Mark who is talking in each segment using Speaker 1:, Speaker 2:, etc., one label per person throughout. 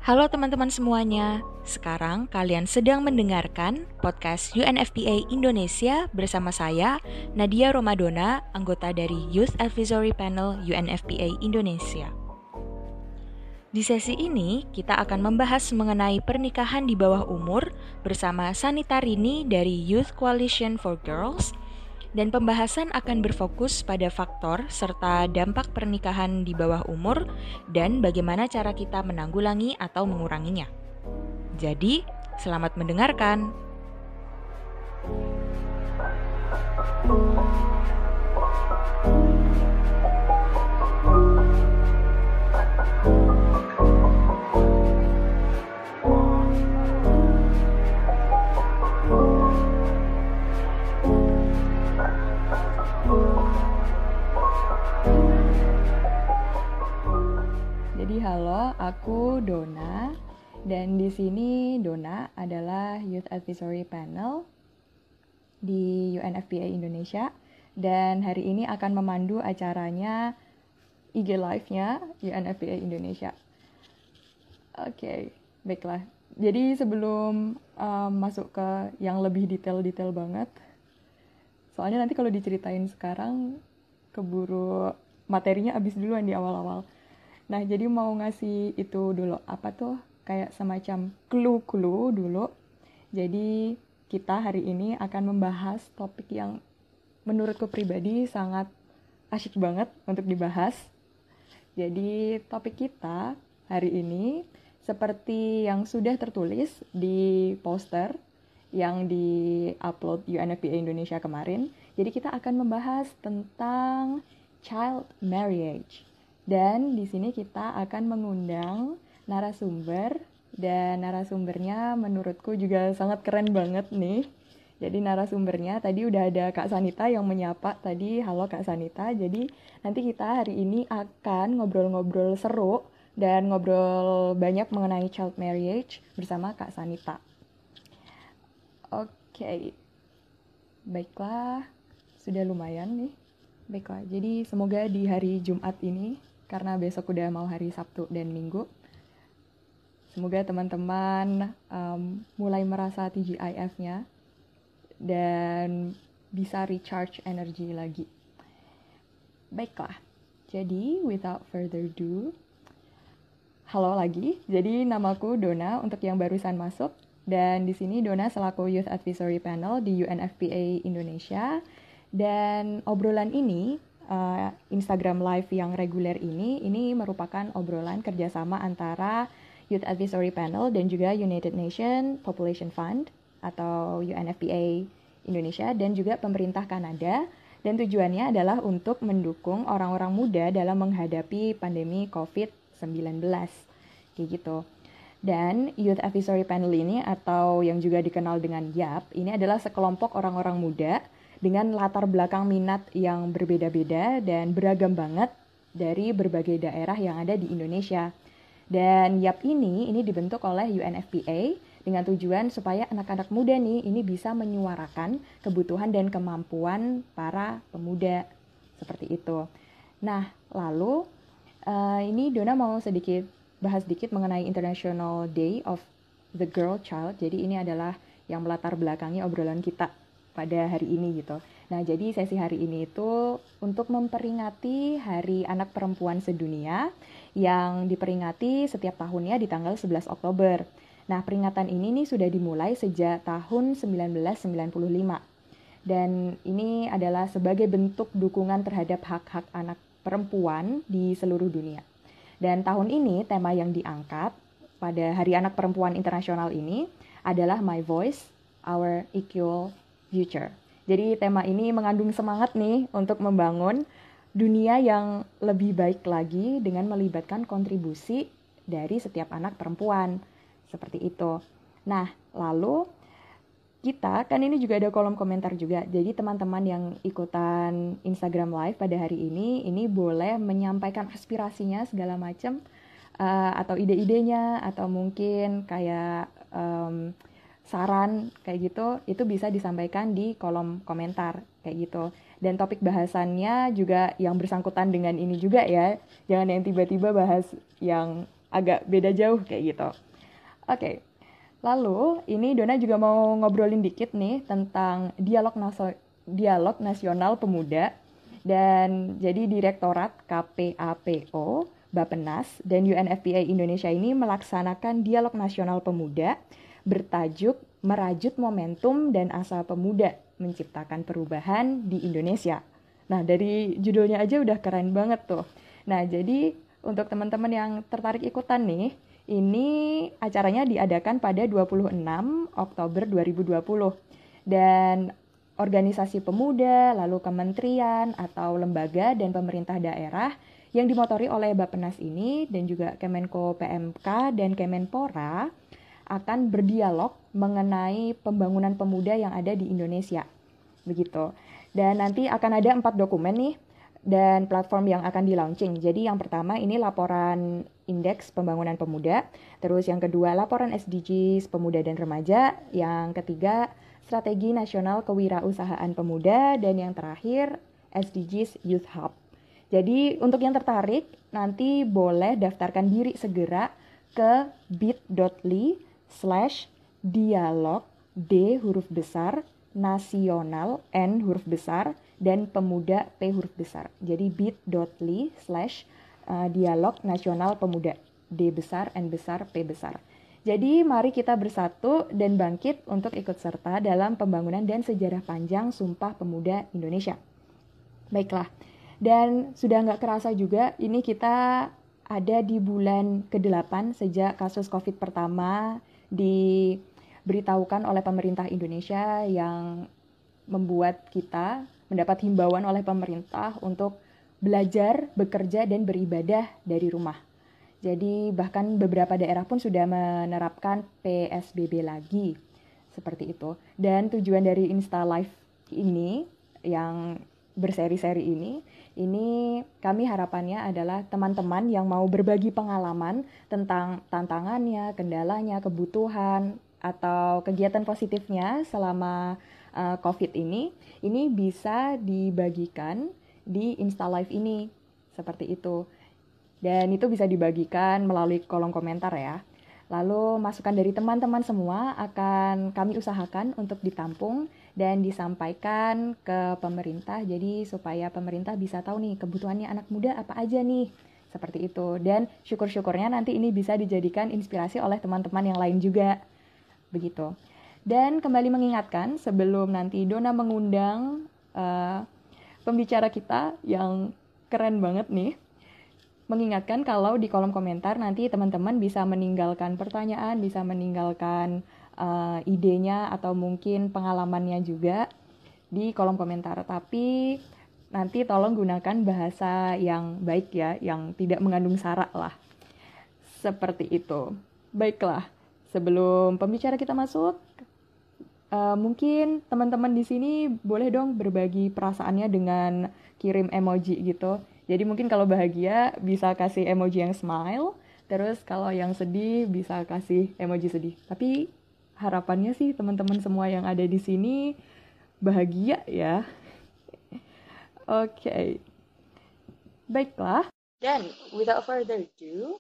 Speaker 1: Halo teman-teman semuanya, sekarang kalian sedang mendengarkan podcast UNFPA Indonesia bersama saya, Nadia Romadona, anggota dari Youth Advisory Panel UNFPA Indonesia. Di sesi ini, kita akan membahas mengenai pernikahan di bawah umur bersama Sanita Rini dari Youth Coalition for Girls, dan pembahasan akan berfokus pada faktor serta dampak pernikahan di bawah umur dan bagaimana cara kita menanggulangi atau menguranginya. Jadi, selamat mendengarkan.
Speaker 2: Jadi halo, aku Dona dan di sini Dona adalah Youth Advisory Panel di UNFPA Indonesia dan hari ini akan memandu acaranya IG Live-nya UNFPA Indonesia. Oke, baiklah. Jadi sebelum masuk ke yang lebih detail-detail banget, soalnya nanti kalau diceritain sekarang keburu materinya habis duluan di awal-awal. Nah, jadi mau ngasih itu dulu, apa tuh, kayak semacam clue-clue dulu. Jadi, kita hari ini akan membahas topik yang menurutku pribadi sangat asyik banget untuk dibahas. Jadi, topik kita hari ini seperti yang sudah tertulis di poster yang di-upload UNFPA Indonesia kemarin. Jadi, kita akan membahas tentang child marriage. Dan di sini kita akan mengundang narasumber dan narasumbernya menurutku juga sangat keren banget nih. Jadi narasumbernya tadi udah ada Kak Sanita yang menyapa tadi, halo Kak Sanita. Jadi nanti kita hari ini akan ngobrol-ngobrol seru dan ngobrol banyak mengenai child marriage bersama Kak Sanita. Oke, baiklah, sudah lumayan nih. Baiklah, jadi semoga di hari Jumat ini, karena besok udah mau hari Sabtu dan Minggu, semoga teman-teman mulai merasa TGIF-nya dan bisa recharge energi lagi. Baiklah, jadi without further ado, halo lagi. Jadi namaku Dona untuk yang barusan masuk, dan di sini Dona selaku Youth Advisory Panel di UNFPA Indonesia. Dan obrolan ini, Instagram Live yang reguler ini merupakan obrolan kerjasama antara Youth Advisory Panel dan juga United Nations Population Fund atau UNFPA Indonesia dan juga pemerintah Kanada. Dan tujuannya adalah untuk mendukung orang-orang muda dalam menghadapi pandemi COVID-19. Kayak gitu. Dan Youth Advisory Panel ini atau yang juga dikenal dengan YAP, ini adalah sekelompok orang-orang muda dengan latar belakang minat yang berbeda-beda dan beragam banget dari berbagai daerah yang ada di Indonesia. Dan YAP ini dibentuk oleh UNFPA dengan tujuan supaya anak-anak muda nih ini bisa menyuarakan kebutuhan dan kemampuan para pemuda seperti itu. Nah, lalu ini Dona mau bahas sedikit mengenai International Day of the Girl Child. Jadi ini adalah yang melatar belakangi obrolan kita pada hari ini gitu. Nah, jadi sesi hari ini itu untuk memperingati Hari Anak Perempuan Sedunia yang diperingati setiap tahunnya di tanggal 11 Oktober. Nah, peringatan ini nih sudah dimulai sejak tahun 1995. Dan ini adalah sebagai bentuk dukungan terhadap hak-hak anak perempuan di seluruh dunia. Dan tahun ini tema yang diangkat pada Hari Anak Perempuan Internasional ini adalah My Voice, Our Equal Future. Jadi tema ini mengandung semangat nih untuk membangun dunia yang lebih baik lagi dengan melibatkan kontribusi dari setiap anak perempuan. Seperti itu. Nah, lalu kita kan ini juga ada kolom komentar juga. Jadi teman-teman yang ikutan Instagram Live pada hari ini boleh menyampaikan aspirasinya segala macam atau ide-idenya atau mungkin kayak saran kayak gitu, itu bisa disampaikan di kolom komentar kayak gitu. Dan topik bahasannya juga yang bersangkutan dengan ini juga ya. Jangan yang tiba-tiba bahas yang agak beda jauh kayak gitu. Oke, lalu ini Dona juga mau ngobrolin dikit nih tentang dialog nasional pemuda. Dan jadi Direktorat KPAPO, Bappenas, dan UNFPA Indonesia ini melaksanakan dialog nasional pemuda bertajuk Merajut Momentum dan Asa Pemuda Menciptakan Perubahan di Indonesia. Nah, dari judulnya aja udah keren banget tuh. Nah, jadi untuk teman-teman yang tertarik ikutan nih, ini acaranya diadakan pada 26 Oktober 2020. Dan organisasi pemuda, lalu kementerian atau lembaga dan pemerintah daerah yang dimotori oleh Bappenas ini dan juga Kemenko PMK dan Kemenpora akan berdialog mengenai pembangunan pemuda yang ada di Indonesia. Begitu. Dan nanti akan ada 4 dokumen nih dan platform yang akan di-launching. Jadi yang pertama ini laporan indeks pembangunan pemuda, terus yang kedua laporan SDGs pemuda dan remaja, yang ketiga strategi nasional kewirausahaan pemuda, dan yang terakhir SDGs Youth Hub. Jadi untuk yang tertarik nanti boleh daftarkan diri segera ke bit.ly/dialog D huruf besar nasional N huruf besar dan pemuda P huruf besar. Jadi bit.ly/dialog nasional pemuda D besar N besar P besar. Jadi mari kita bersatu dan bangkit untuk ikut serta dalam pembangunan dan sejarah panjang Sumpah Pemuda Indonesia. Baiklah, dan sudah nggak kerasa juga ini kita ada di bulan ke-8 sejak kasus COVID pertama diberitahukan oleh pemerintah Indonesia yang membuat kita mendapat himbauan oleh pemerintah untuk belajar, bekerja, dan beribadah dari rumah. Jadi bahkan beberapa daerah pun sudah menerapkan PSBB lagi, seperti itu. Dan tujuan dari Insta Live ini, yang berseri-seri ini kami harapannya adalah teman-teman yang mau berbagi pengalaman tentang tantangannya, kendalanya, kebutuhan, atau kegiatan positifnya selama COVID ini bisa dibagikan di Insta Live ini, seperti itu. Dan itu bisa dibagikan melalui kolom komentar ya. Lalu masukan dari teman-teman semua akan kami usahakan untuk ditampung dan disampaikan ke pemerintah. Jadi supaya pemerintah bisa tahu nih kebutuhannya anak muda apa aja nih. Seperti itu. Dan syukur-syukurnya nanti ini bisa dijadikan inspirasi oleh teman-teman yang lain juga. Begitu. Dan kembali mengingatkan sebelum nanti Dona mengundang pembicara kita yang keren banget nih. Mengingatkan kalau di kolom komentar nanti teman-teman bisa meninggalkan pertanyaan, bisa meninggalkan idenya atau mungkin pengalamannya juga di kolom komentar. Tapi nanti tolong gunakan bahasa yang baik ya, yang tidak mengandung sara lah. Seperti itu. Baiklah, sebelum pembicara kita masuk, mungkin teman-teman di sini boleh dong berbagi perasaannya dengan kirim emoji gitu. Jadi mungkin kalau bahagia bisa kasih emoji yang smile, terus kalau yang sedih bisa kasih emoji sedih. Tapi harapannya sih teman-teman semua yang ada di sini bahagia ya. Oke. Baiklah. Dan without further ado,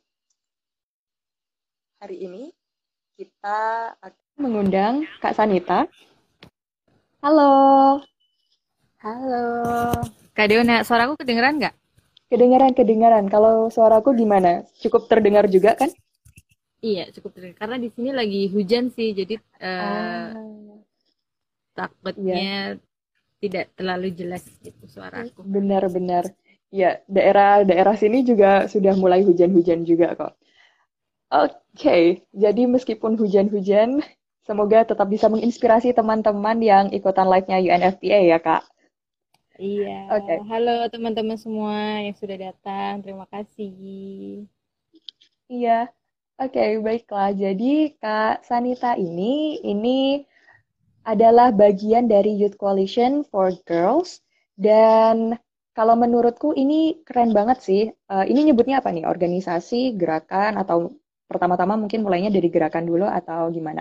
Speaker 2: hari ini kita akan mengundang Kak Sanita. Halo.
Speaker 1: Halo, Kak Deona, suaraku kedengeran nggak?
Speaker 2: Kedengaran. Kalau suaraku gimana? Cukup terdengar juga kan?
Speaker 1: Iya, cukup terdengar. Karena di sini lagi hujan sih, jadi
Speaker 2: Iya,
Speaker 1: takutnya tidak terlalu jelas gitu suaraku.
Speaker 2: benar-benar. Ya, daerah-daerah sini juga sudah mulai hujan-hujan juga kok. Oke, jadi meskipun hujan-hujan, semoga tetap bisa menginspirasi teman-teman yang ikutan live-nya UNFPA ya, Kak.
Speaker 1: Iya,
Speaker 2: Oke,
Speaker 1: halo teman-teman semua yang sudah datang, terima kasih.
Speaker 2: iya. Oke, baiklah. Jadi Kak Sanita ini adalah bagian dari Youth Coalition for Girls dan kalau menurutku ini keren banget sih. Ini nyebutnya apa nih? Organisasi, gerakan, atau pertama-tama mungkin mulainya dari gerakan dulu atau gimana?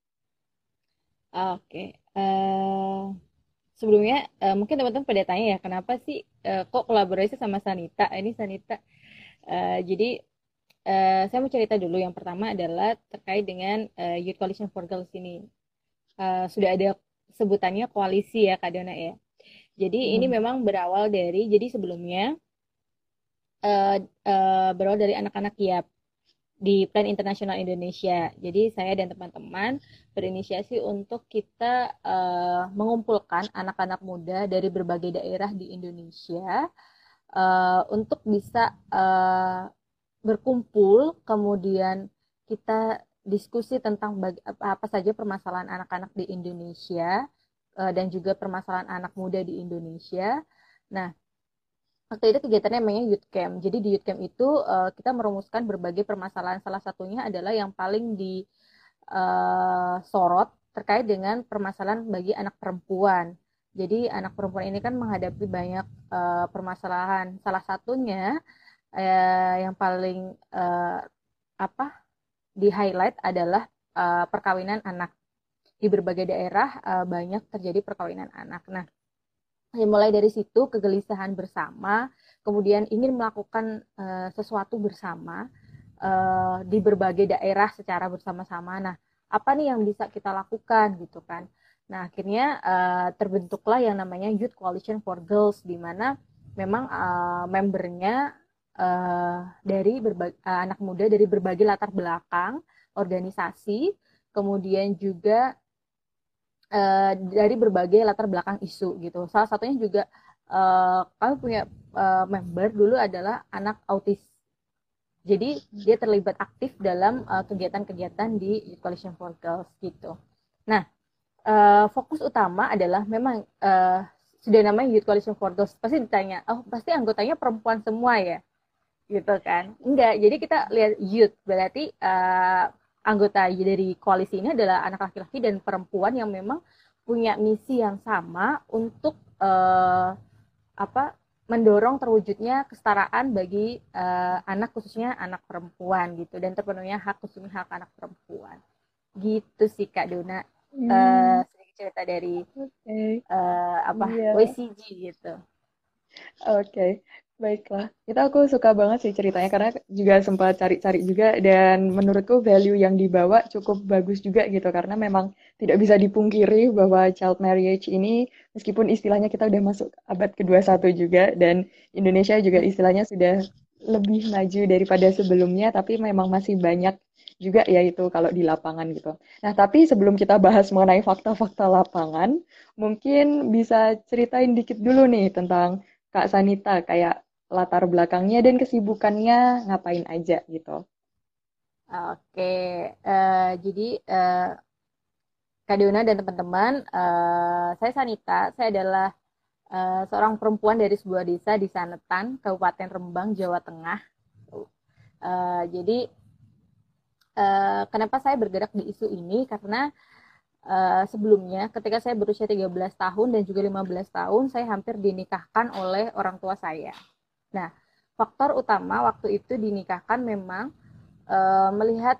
Speaker 1: Oke, sebelumnya mungkin teman-teman pada tanya ya, kenapa sih kok kolaborasi sama Sanita? Ini Sanita, jadi
Speaker 3: saya mau cerita dulu. Yang pertama adalah terkait dengan Youth Coalition for Girls ini. Sudah ada sebutannya koalisi ya Kak Dona ya. Jadi ini
Speaker 2: Mhm.
Speaker 3: memang berawal dari, jadi sebelumnya berawal dari anak-anak YAP di Plan Internasional Indonesia. Jadi saya dan teman-teman berinisiasi untuk kita mengumpulkan anak-anak muda dari berbagai daerah di Indonesia untuk bisa berkumpul, kemudian kita diskusi tentang apa saja permasalahan anak-anak di Indonesia dan juga permasalahan anak muda di Indonesia. Nah, waktu itu kegiatannya namanya Youth Camp. Jadi di Youth Camp itu kita merumuskan berbagai permasalahan. Salah satunya adalah yang paling disorot terkait dengan permasalahan bagi anak perempuan. Jadi anak perempuan ini kan menghadapi banyak permasalahan. Salah satunya yang paling apa di highlight adalah perkawinan anak. Di berbagai daerah banyak terjadi perkawinan anak. Nah, mulai dari situ kegelisahan bersama, kemudian ingin melakukan sesuatu bersama di berbagai daerah secara bersama-sama. Nah, apa nih yang bisa kita lakukan gitu kan? Nah, akhirnya terbentuklah yang namanya Youth Coalition for Girls, di mana memang membernya dari anak muda dari berbagai latar belakang, organisasi, kemudian juga dari berbagai latar belakang isu gitu. Salah satunya juga kami punya member dulu adalah anak autis. Jadi dia terlibat aktif dalam kegiatan-kegiatan di Youth Coalition for Girls gitu. Nah, fokus utama adalah memang sudah namanya Youth Coalition for Girls. Pasti ditanya, oh pasti anggotanya perempuan semua ya? Gitu kan. Enggak, jadi kita lihat youth, berarti anggota dari koalisi ini adalah anak laki-laki dan perempuan yang memang punya misi yang sama untuk apa mendorong terwujudnya kesetaraan bagi anak, khususnya anak perempuan gitu, dan terpenuhnya hak, khususnya hak anak perempuan gitu sih Kak Dona. Sedikit cerita dari
Speaker 2: Oke. Iya.
Speaker 3: WCG gitu.
Speaker 2: Oke, baiklah. Itu aku suka banget sih ceritanya karena juga sempat cari-cari juga dan menurutku value yang dibawa cukup bagus juga gitu karena memang tidak bisa dipungkiri bahwa child marriage ini meskipun istilahnya kita udah masuk abad ke-21 juga dan Indonesia juga istilahnya sudah lebih maju daripada sebelumnya tapi memang masih banyak juga ya itu kalau di lapangan gitu. Nah, tapi sebelum kita bahas mengenai fakta-fakta lapangan, mungkin bisa ceritain dikit dulu nih tentang Kak Sanita kayak latar belakangnya dan kesibukannya ngapain aja gitu.
Speaker 3: Oke, jadi Kak Diona dan teman-teman, saya Sanita, saya adalah seorang perempuan dari sebuah desa di Sanetan, Kabupaten Rembang, Jawa Tengah. Jadi kenapa saya bergerak di isu ini? Karena sebelumnya ketika saya berusia 13 tahun dan juga 15 tahun, saya hampir dinikahkan oleh orang tua saya. Nah, faktor utama waktu itu dinikahkan memang melihat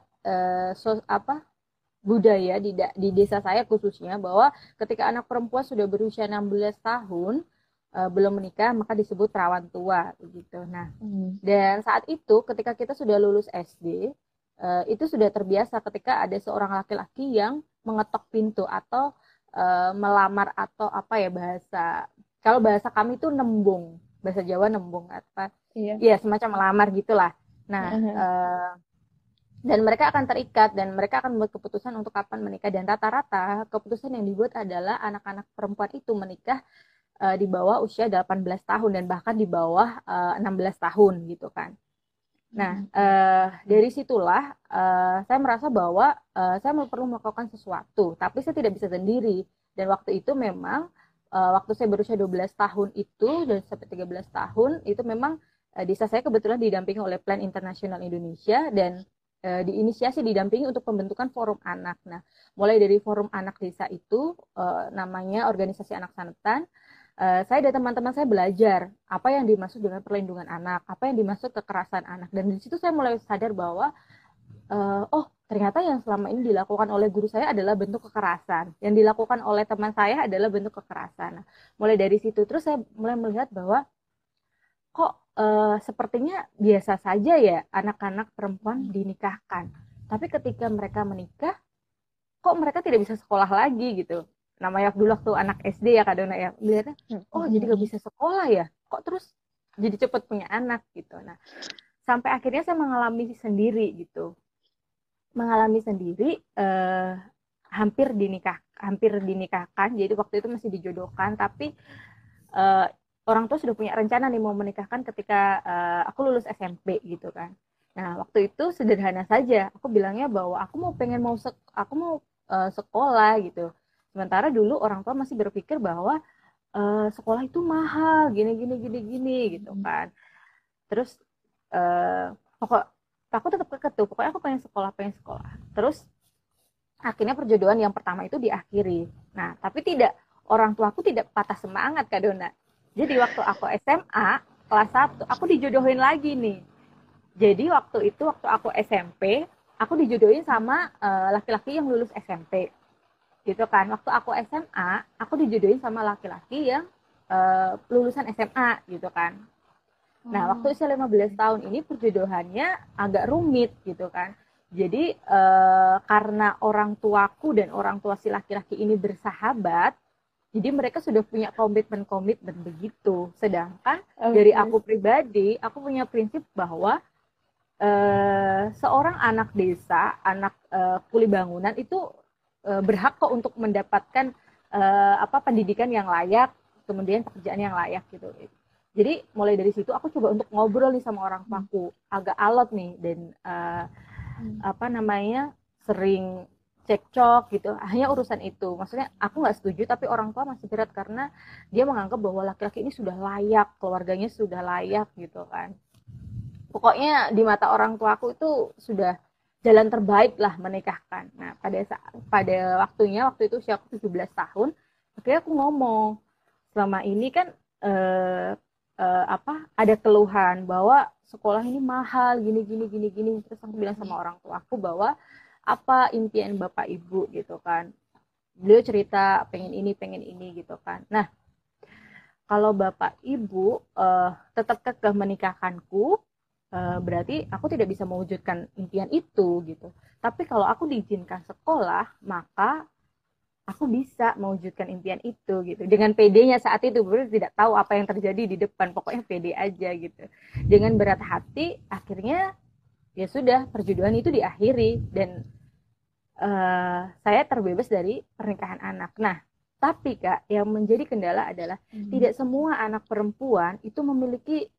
Speaker 3: budaya di desa saya khususnya, bahwa ketika anak perempuan sudah berusia 16 tahun belum menikah maka disebut perawan tua gitu. Nah, dan saat itu ketika kita sudah lulus SD itu sudah terbiasa ketika ada seorang laki-laki yang mengetok pintu atau melamar, atau apa ya, kalau bahasa kami itu nembung, bahasa Jawa nembung apa
Speaker 2: Iya.
Speaker 3: ya, semacam melamar gitulah. Nah, dan mereka akan terikat dan mereka akan membuat keputusan untuk kapan menikah, dan rata-rata keputusan yang dibuat adalah anak-anak perempuan itu menikah di bawah usia 18 tahun dan bahkan di bawah 16 tahun gitu kan. Nah, dari situlah saya merasa bahwa saya perlu melakukan sesuatu, tapi saya tidak bisa sendiri. Dan waktu itu memang waktu saya berusia 12 tahun itu dan sampai 13 tahun itu memang desa saya kebetulan didampingi oleh Plan Internasional Indonesia dan diinisiasi didampingi untuk pembentukan forum anak. Nah, mulai dari forum anak desa itu namanya organisasi anak Sanetan. Saya dan teman-teman saya belajar apa yang dimaksud dengan perlindungan anak, apa yang dimaksud kekerasan anak, dan di situ saya mulai sadar bahwa oh ternyata yang selama ini dilakukan oleh guru saya adalah bentuk kekerasan, yang dilakukan oleh teman saya adalah bentuk kekerasan. Nah, mulai dari situ terus saya mulai melihat bahwa kok sepertinya biasa saja ya anak-anak perempuan dinikahkan. Tapi ketika mereka menikah, kok mereka tidak bisa sekolah lagi gitu. Namanya dulu waktu anak SD ya Kak Dona ya, lihatnya, oh jadi gak bisa sekolah ya, kok terus jadi cepet punya anak gitu. Nah, sampai akhirnya saya mengalami sendiri gitu. Mengalami sendiri, hampir dinikahkan. Jadi waktu itu masih dijodohkan, tapi orang tua sudah punya rencana nih mau menikahkan ketika aku lulus SMP gitu kan. Nah, waktu itu sederhana saja. Aku bilangnya bahwa aku mau sekolah gitu. Sementara dulu orang tua masih berpikir bahwa sekolah itu mahal, gini gitu kan. Terus pokok aku tetap kekeh tuh, pokoknya aku pengen sekolah. Terus akhirnya perjodohan yang pertama itu diakhiri. Nah, tapi orang tuaku tidak patah semangat Kak Dona. Jadi waktu aku SMA kelas 1, aku dijodohin lagi nih. Jadi waktu aku SMP, aku dijodohin sama laki-laki yang lulus SMP. Gitu kan. Waktu aku SMA, aku dijodohin sama laki-laki yang lulusan SMA gitu kan. Nah, waktu usia 15 tahun ini perjodohannya agak rumit gitu kan. Jadi karena orang tuaku dan orang tua si laki-laki ini bersahabat, jadi mereka sudah punya komitmen begitu. Sedangkan dari aku pribadi, aku punya prinsip bahwa seorang anak desa, anak kuli bangunan itu berhak kok untuk mendapatkan pendidikan yang layak, kemudian pekerjaan yang layak gitu. Jadi mulai dari situ aku coba untuk ngobrol nih sama orang tuaku, agak alot nih dan sering cekcok gitu, hanya urusan itu. Maksudnya aku nggak setuju, tapi orang tua masih berat karena dia menganggap bahwa laki-laki ini sudah layak, keluarganya sudah layak gitu kan. Pokoknya di mata orang tua aku itu sudah jalan terbaik lah menikahkan. Nah, pada waktu itu usia aku 17 tahun, akhirnya aku ngomong, selama ini kan ada keluhan bahwa sekolah ini mahal, gini. Terus aku bilang sama orang tua aku bahwa apa impian bapak ibu gitu kan. Beliau cerita pengen ini gitu kan. Nah, kalau bapak ibu tetap kekeh menikahkanku, berarti aku tidak bisa mewujudkan impian itu gitu. Tapi kalau aku diizinkan sekolah, maka aku bisa mewujudkan impian itu gitu. Dengan PD-nya saat itu, berarti tidak tahu apa yang terjadi di depan, pokoknya PD aja gitu. Dengan berat hati, akhirnya ya sudah perjodohan itu diakhiri dan saya terbebas dari pernikahan anak. Nah, tapi Kak, yang menjadi kendala adalah tidak semua anak perempuan itu memiliki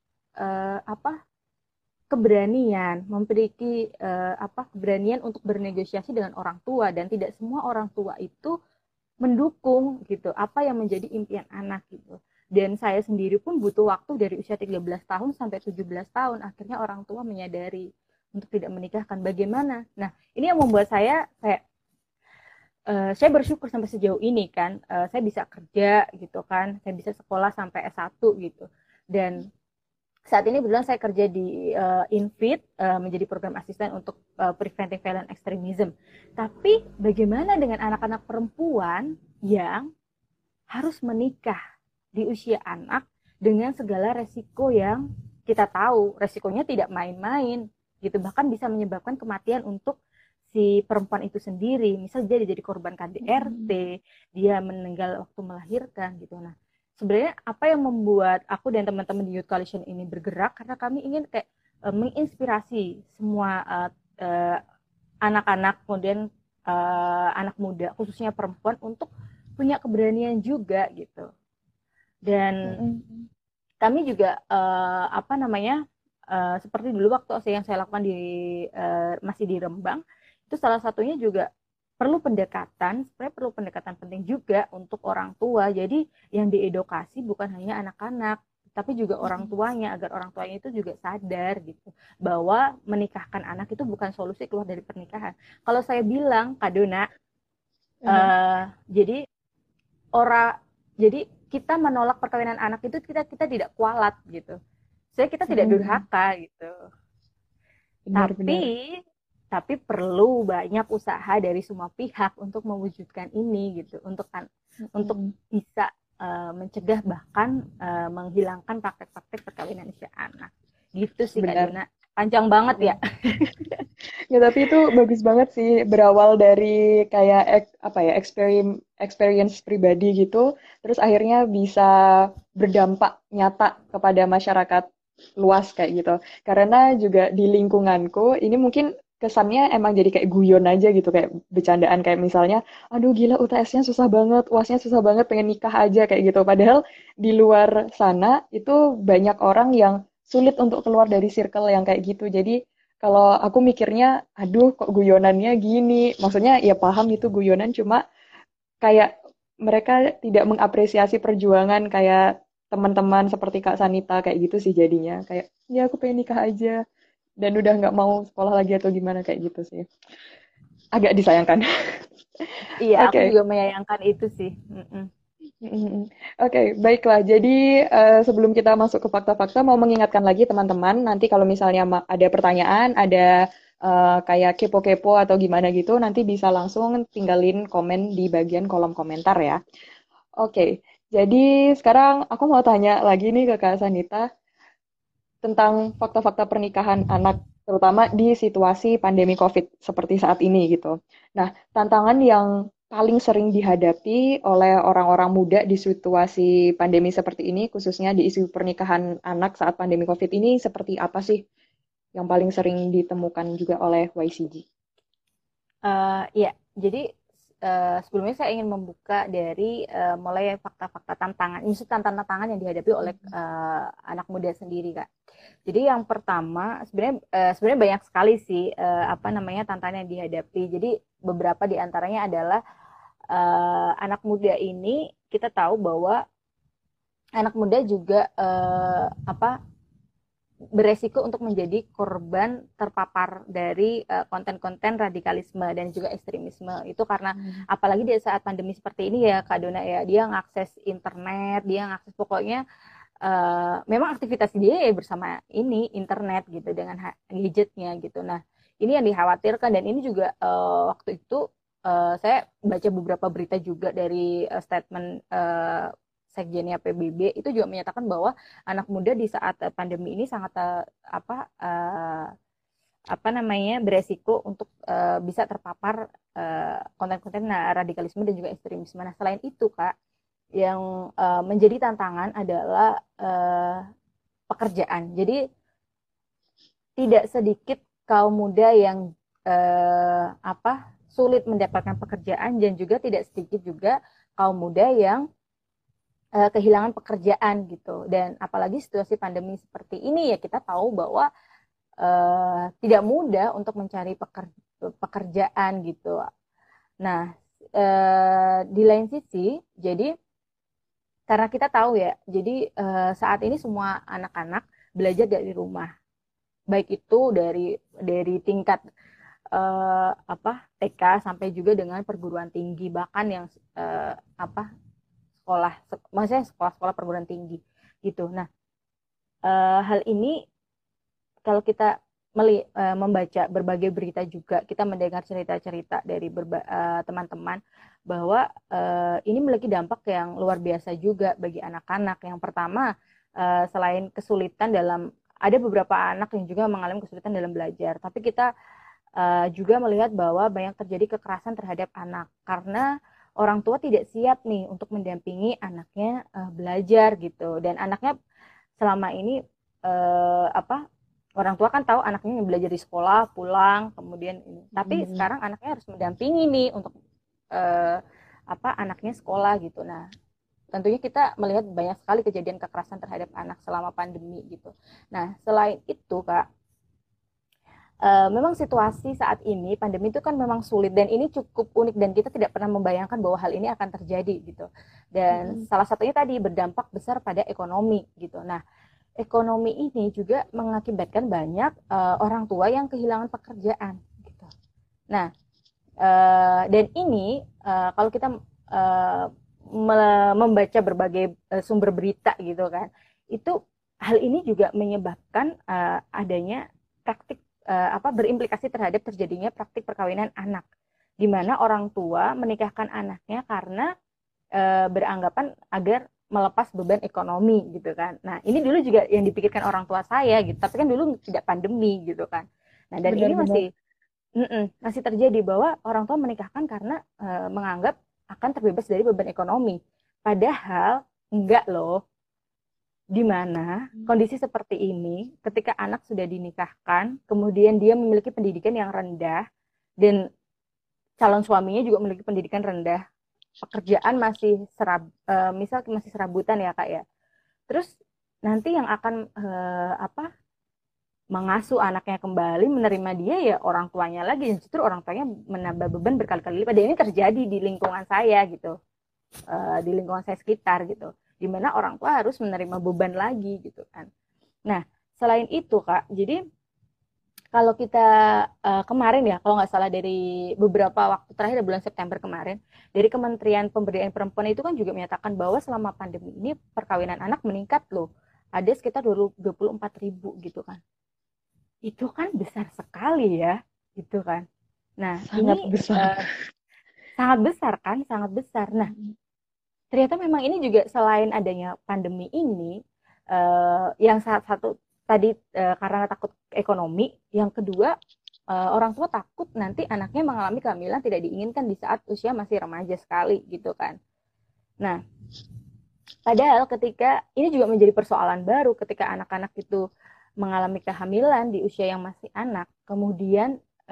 Speaker 3: keberanian, keberanian untuk bernegosiasi dengan orang tua, dan tidak semua orang tua itu mendukung gitu apa yang menjadi impian anak gitu. Dan saya sendiri pun butuh waktu dari usia 13 tahun sampai 17 tahun, akhirnya orang tua menyadari untuk tidak menikahkan. Bagaimana? Nah, ini yang membuat saya bersyukur sampai sejauh ini kan, saya bisa kerja gitu kan, saya bisa sekolah sampai S1 gitu. Dan saat ini kebetulan saya kerja di Infit, menjadi program asisten untuk preventing violent extremism. Tapi bagaimana dengan anak-anak perempuan yang harus menikah di usia anak dengan segala resiko yang kita tahu, resikonya tidak main-main gitu, bahkan bisa menyebabkan kematian untuk si perempuan itu sendiri. Misal dia jadi korban KDRT, dia meninggal waktu melahirkan gitu. Nah, sebenarnya apa yang membuat aku dan teman-teman di Youth Coalition ini bergerak, karena kami ingin kayak menginspirasi semua anak-anak, kemudian anak muda, khususnya perempuan, untuk punya keberanian juga gitu. Dan kami juga seperti dulu waktu yang saya lakukan masih di Rembang, itu salah satunya juga sebenarnya perlu pendekatan penting juga untuk orang tua. Jadi yang diedukasi bukan hanya anak-anak, tapi juga orang tuanya, agar orang tuanya itu juga sadar gitu bahwa menikahkan anak itu bukan solusi keluar dari pernikahan. Kalau saya bilang Kak Dona, jadi kita menolak perkawinan anak itu kita tidak kualat gitu. Kita tidak durhaka gitu. Tapi perlu banyak usaha dari semua pihak untuk mewujudkan ini gitu, untuk bisa mencegah bahkan menghilangkan praktek-praktek perkawinan usia anak. Gitu sih Kak
Speaker 2: Benar.
Speaker 3: Dona. Panjang banget ya.
Speaker 2: Ya, tapi itu bagus banget sih, berawal dari kayak apa ya, experience pribadi gitu, terus akhirnya bisa berdampak nyata kepada masyarakat luas kayak gitu. Karena juga di lingkunganku ini mungkin kesannya emang jadi kayak guyon aja gitu, kayak bercandaan, kayak misalnya, aduh gila UTS-nya susah banget, UAS-nya susah banget, pengen nikah aja kayak gitu. Padahal di luar sana itu banyak orang yang sulit untuk keluar dari circle yang kayak gitu. Jadi kalau aku mikirnya, aduh kok guyonannya gini. Maksudnya ya paham itu guyonan, cuma kayak mereka tidak mengapresiasi perjuangan kayak teman-teman seperti Kak Sanita kayak gitu sih jadinya. Kayak, ya aku pengen nikah aja. Dan udah nggak mau sekolah lagi atau gimana kayak gitu sih. Agak disayangkan.
Speaker 3: Iya, aku
Speaker 2: Oke.
Speaker 3: juga menyayangkan itu sih.
Speaker 2: Mm. Oke, baiklah. Jadi sebelum kita masuk ke fakta-fakta, mau mengingatkan lagi teman-teman, nanti kalau misalnya ada pertanyaan, ada kayak kepo-kepo atau gimana gitu, nanti bisa langsung tinggalin komen di bagian kolom komentar ya. Oke, jadi sekarang aku mau tanya lagi nih ke Kak Sanita tentang fakta-fakta pernikahan anak, terutama di situasi pandemi COVID seperti saat ini gitu. Nah, tantangan yang paling sering dihadapi oleh orang-orang muda di situasi pandemi seperti ini, khususnya di isu pernikahan anak saat pandemi COVID ini, seperti apa sih yang paling sering ditemukan juga oleh YCG?
Speaker 3: Ya, jadi sebelumnya saya ingin membuka dari mulai fakta-fakta tantangan, isu tantangan yang dihadapi oleh anak muda sendiri, Kak. Jadi yang pertama, sebenarnya banyak sekali sih apa namanya tantangan yang dihadapi. Jadi beberapa di antaranya adalah anak muda ini kita tahu bahwa anak muda juga apa beresiko untuk menjadi korban terpapar dari konten-konten radikalisme dan juga ekstremisme. Itu karena apalagi di saat pandemi seperti ini ya Kak Dona ya, dia ngakses internet, dia ngakses pokoknya memang aktivitas dia ya bersama ini internet gitu dengan gadgetnya gitu. Nah, ini yang dikhawatirkan dan ini juga waktu itu saya baca beberapa berita juga dari statement sekjennya PBB itu juga menyatakan bahwa anak muda di saat pandemi ini sangat apa namanya beresiko untuk bisa terpapar konten-konten radikalisme dan juga ekstremisme. Nah, selain itu Kak, yang menjadi tantangan adalah pekerjaan. Jadi tidak sedikit kaum muda yang sulit mendapatkan pekerjaan dan juga tidak sedikit juga kaum muda yang kehilangan pekerjaan gitu. Dan apalagi situasi pandemi seperti ini ya kita tahu bahwa tidak mudah untuk mencari pekerjaan gitu. Nah, di lain sisi, jadi karena kita tahu ya, jadi saat ini semua anak-anak belajar dari rumah, baik itu dari tingkat TK sampai juga dengan perguruan tinggi, bahkan yang maksudnya sekolah-sekolah perguruan tinggi gitu. Nah, hal ini kalau kita membaca berbagai berita juga, kita mendengar cerita-cerita dari teman-teman bahwa ini memiliki dampak yang luar biasa juga bagi anak-anak. Yang pertama, selain kesulitan ada beberapa anak yang juga mengalami kesulitan dalam belajar, tapi kita juga melihat bahwa banyak terjadi kekerasan terhadap anak karena orang tua tidak siap nih untuk mendampingi anaknya belajar gitu, dan anaknya selama ini orang tua kan tahu anaknya belajar di sekolah pulang kemudian ini, tapi sekarang anaknya harus mendampingi nih untuk anaknya sekolah gitu. Nah, tentunya kita melihat banyak sekali kejadian kekerasan terhadap anak selama pandemi gitu. Nah, selain itu Kak, memang situasi saat ini pandemi itu kan memang sulit dan ini cukup unik dan kita tidak pernah membayangkan bahwa hal ini akan terjadi gitu. Dan salah satunya tadi berdampak besar pada ekonomi gitu. Nah, ekonomi ini juga mengakibatkan banyak orang tua yang kehilangan pekerjaan gitu. Nah, dan ini kalau kita membaca berbagai sumber berita gitu kan, itu hal ini juga menyebabkan adanya praktik berimplikasi terhadap terjadinya praktik perkawinan anak, di mana orang tua menikahkan anaknya karena beranggapan agar melepas beban ekonomi gitu kan. Nah, ini dulu juga yang dipikirkan orang tua saya gitu. Tapi kan dulu tidak pandemi gitu kan. Nah, dan ini
Speaker 2: Benar-benar.
Speaker 3: masih terjadi bahwa orang tua menikahkan karena menganggap akan terbebas dari beban ekonomi. Padahal enggak loh. Di mana kondisi seperti ini ketika anak sudah dinikahkan, kemudian dia memiliki pendidikan yang rendah dan calon suaminya juga memiliki pendidikan rendah, pekerjaan misal masih serabutan ya Kak ya. Terus nanti yang akan mengasuh anaknya kembali, menerima dia ya orang tuanya lagi, dan justru orang tuanya menambah beban berkali-kali lipat. Dan ini terjadi di lingkungan saya gitu, di lingkungan saya sekitar gitu, dimana orang tua harus menerima beban lagi gitu kan. Nah, selain itu Kak, jadi kalau kita kemarin ya, kalau nggak salah dari beberapa waktu terakhir bulan September kemarin, dari Kementerian Pemberdayaan Perempuan itu kan juga menyatakan bahwa selama pandemi ini perkawinan anak meningkat loh. Ada sekitar 24.000 gitu kan. Itu kan besar sekali ya, gitu kan. Nah,
Speaker 2: Sangat
Speaker 3: ini
Speaker 2: besar.
Speaker 3: sangat besar kan, sangat besar. Nah, ternyata memang ini juga selain adanya pandemi ini, yang satu tadi karena takut ekonomi, yang kedua orang tua takut nanti anaknya mengalami kehamilan tidak diinginkan di saat usia masih remaja sekali gitu kan. Nah, padahal ketika ini juga menjadi persoalan baru ketika anak-anak itu mengalami kehamilan di usia yang masih anak, kemudian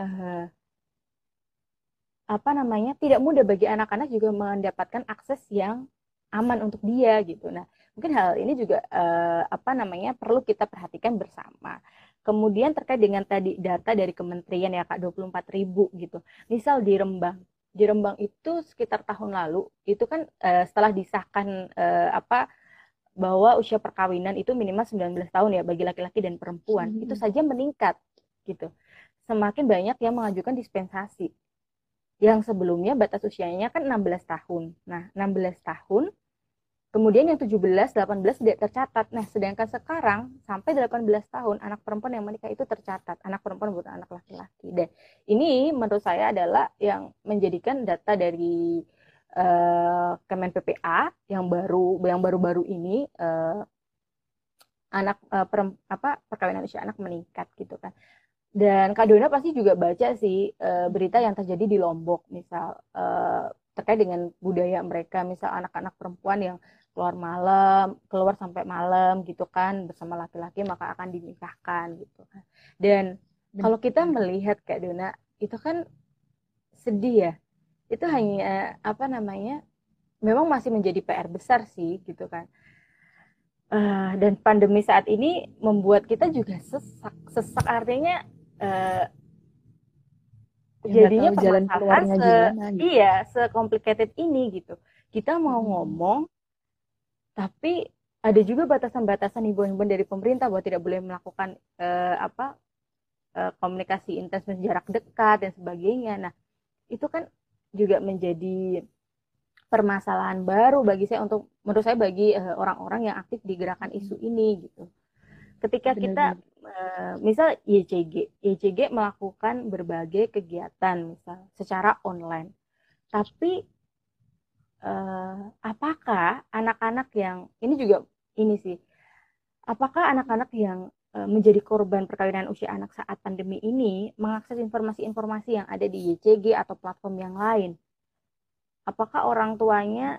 Speaker 3: tidak mudah bagi anak-anak juga mendapatkan akses yang aman untuk dia gitu. Nah, mungkin hal ini juga perlu kita perhatikan bersama. Kemudian terkait dengan tadi data dari kementerian ya Kak, 24.000 gitu. Misal di Rembang. Di Rembang itu sekitar tahun lalu itu kan setelah disahkan bahwa usia perkawinan itu minimal 19 tahun ya bagi laki-laki dan perempuan. Itu saja meningkat gitu. Semakin banyak yang mengajukan dispensasi. Yang sebelumnya batas usianya kan 16 tahun. Nah, 16 tahun, kemudian yang 17, 18 tidak tercatat. Nah, sedangkan sekarang sampai 18 tahun anak perempuan yang menikah itu tercatat. Anak perempuan bukan anak laki-laki. Dan ini menurut saya adalah yang menjadikan data dari Kemen PPA yang baru-baru ini perkawinan usia anak meningkat gitu kan. Dan Kak Dona pasti juga baca sih berita yang terjadi di Lombok, misal terkait dengan budaya mereka, misal anak-anak perempuan yang keluar sampai malam gitu kan bersama laki-laki maka akan dinikahkan gitu kan. Dan kalau kita melihat Kak Dona itu kan sedih ya. Itu hanya memang masih menjadi PR besar sih gitu kan. Dan pandemi saat ini membuat kita juga sesak artinya jadinya
Speaker 2: jalan keluarnya gimana gitu.
Speaker 3: iya sekomplikated ini gitu. Kita mau ngomong tapi ada juga batasan-batasan himbauan-himbauan dari pemerintah bahwa tidak boleh melakukan komunikasi intens jarak dekat dan sebagainya. Nah, itu kan juga menjadi permasalahan baru menurut saya bagi orang-orang yang aktif di gerakan isu ini gitu. Ketika kita misal YCG melakukan berbagai kegiatan misal secara online, tapi apakah anak-anak yang apakah anak-anak yang menjadi korban perkawinan usia anak saat pandemi ini mengakses informasi-informasi yang ada di YCG atau platform yang lain? Apakah orang tuanya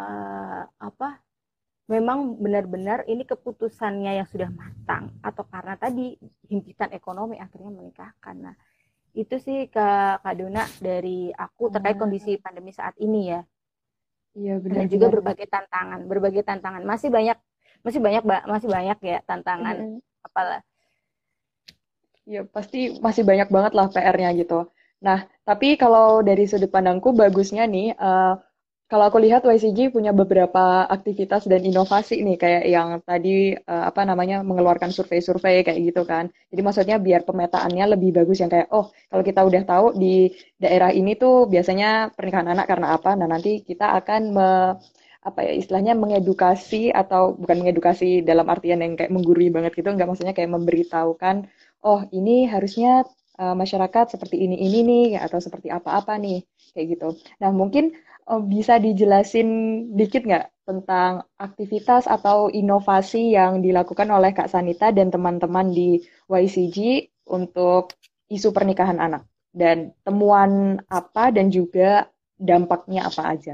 Speaker 3: memang benar-benar ini keputusannya yang sudah matang atau karena tadi himpitan ekonomi akhirnya menikahkan. Nah, itu sih Kak Dona dari aku terkait kondisi pandemi saat ini ya.
Speaker 2: Iya benar.
Speaker 3: Dan juga berbagai tantangan. Masih banyak ya tantangan apalah.
Speaker 2: Ya pasti masih banyak banget lah PR-nya gitu. Nah, tapi kalau dari sudut pandangku bagusnya nih, kalau aku lihat YCG punya beberapa aktivitas dan inovasi nih, kayak yang tadi mengeluarkan survei-survei kayak gitu kan. Jadi maksudnya biar pemetaannya lebih bagus yang kayak, oh kalau kita udah tahu di daerah ini tuh biasanya pernikahan anak karena apa, nah nanti kita akan istilahnya mengedukasi atau bukan mengedukasi dalam artian yang kayak menggurui banget gitu, nggak maksudnya kayak memberitahukan, oh ini harusnya masyarakat seperti ini nih atau seperti apa-apa nih kayak gitu. Nah mungkin bisa dijelasin dikit nggak tentang aktivitas atau inovasi yang dilakukan oleh Kak Sanita dan teman-teman di YCG untuk isu pernikahan anak dan temuan apa dan juga dampaknya apa aja.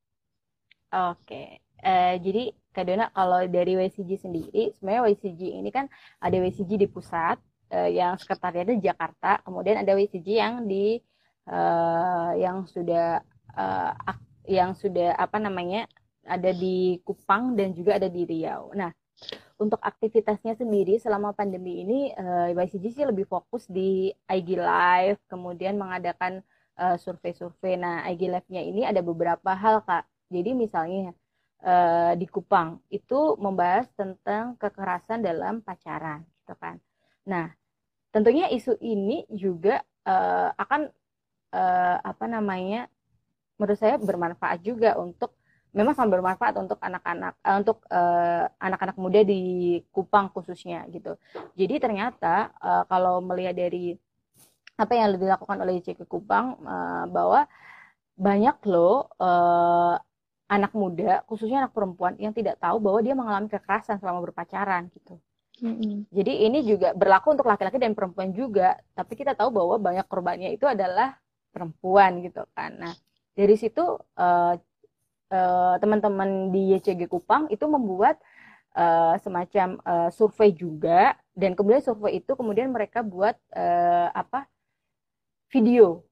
Speaker 3: Oke, jadi Kak Dona kalau dari WCG sendiri, sebenarnya WCG ini kan ada WCG di pusat yang sekretariatnya di Jakarta, kemudian ada WCG yang di yang sudah yang sudah apa namanya ada di Kupang dan juga ada di Riau. Nah, untuk aktivitasnya sendiri selama pandemi ini YCG sih lebih fokus di IG Live, kemudian mengadakan survei-survei. Nah, IG Live-nya ini ada beberapa hal, Kak. Jadi misalnya di Kupang itu membahas tentang kekerasan dalam pacaran, gitu kan. Nah, tentunya isu ini juga akan apa namanya menurut saya bermanfaat juga untuk memang sangat bermanfaat untuk anak-anak anak-anak muda di Kupang khususnya gitu. Jadi ternyata kalau melihat dari apa yang dilakukan oleh YCG Kupang bahwa banyak loh anak muda khususnya anak perempuan yang tidak tahu bahwa dia mengalami kekerasan selama berpacaran gitu. Jadi ini juga berlaku untuk laki-laki dan perempuan juga, tapi kita tahu bahwa banyak korbannya itu adalah perempuan gitu kan. Nah, dari situ teman-teman di YCG Kupang itu membuat semacam survei juga, dan kemudian survei itu kemudian mereka buat apa video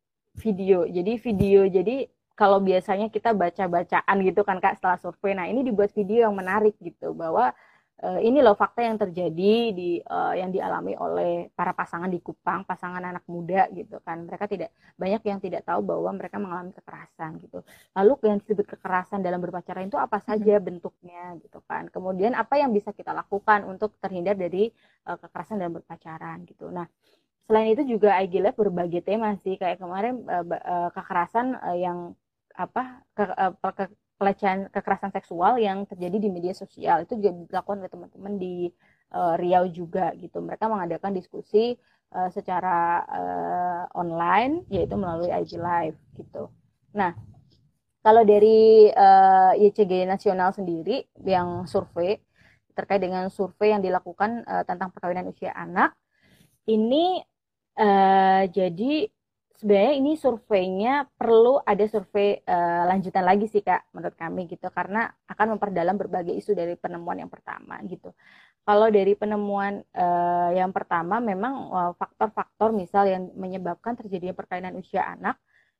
Speaker 3: jadi kalau biasanya kita baca-bacaan gitu kan Kak setelah survei, nah ini dibuat video yang menarik gitu bahwa ini loh fakta yang terjadi di yang dialami oleh para pasangan di Kupang, pasangan anak muda gitu kan. Mereka tidak banyak yang tidak tahu bahwa mereka mengalami kekerasan gitu. Lalu yang disebut kekerasan dalam berpacaran itu apa saja bentuknya gitu kan. Kemudian apa yang bisa kita lakukan untuk terhindar dari kekerasan dalam berpacaran gitu. Nah, selain itu juga IG Lab berbagai tema sih, kayak kemarin kekerasan yang apa pelecehan kekerasan seksual yang terjadi di media sosial itu juga dilakukan oleh teman-teman di Riau juga gitu. Mereka mengadakan diskusi secara online yaitu melalui IG Live gitu. Nah, kalau dari YCG nasional sendiri yang survei terkait dengan survei yang dilakukan tentang perkawinan usia anak ini jadi sebenarnya ini surveinya perlu ada survei lanjutan lagi sih Kak menurut kami gitu, karena akan memperdalam berbagai isu dari penemuan yang pertama gitu. Kalau dari penemuan yang pertama memang faktor-faktor misal yang menyebabkan terjadinya perkawinan usia anak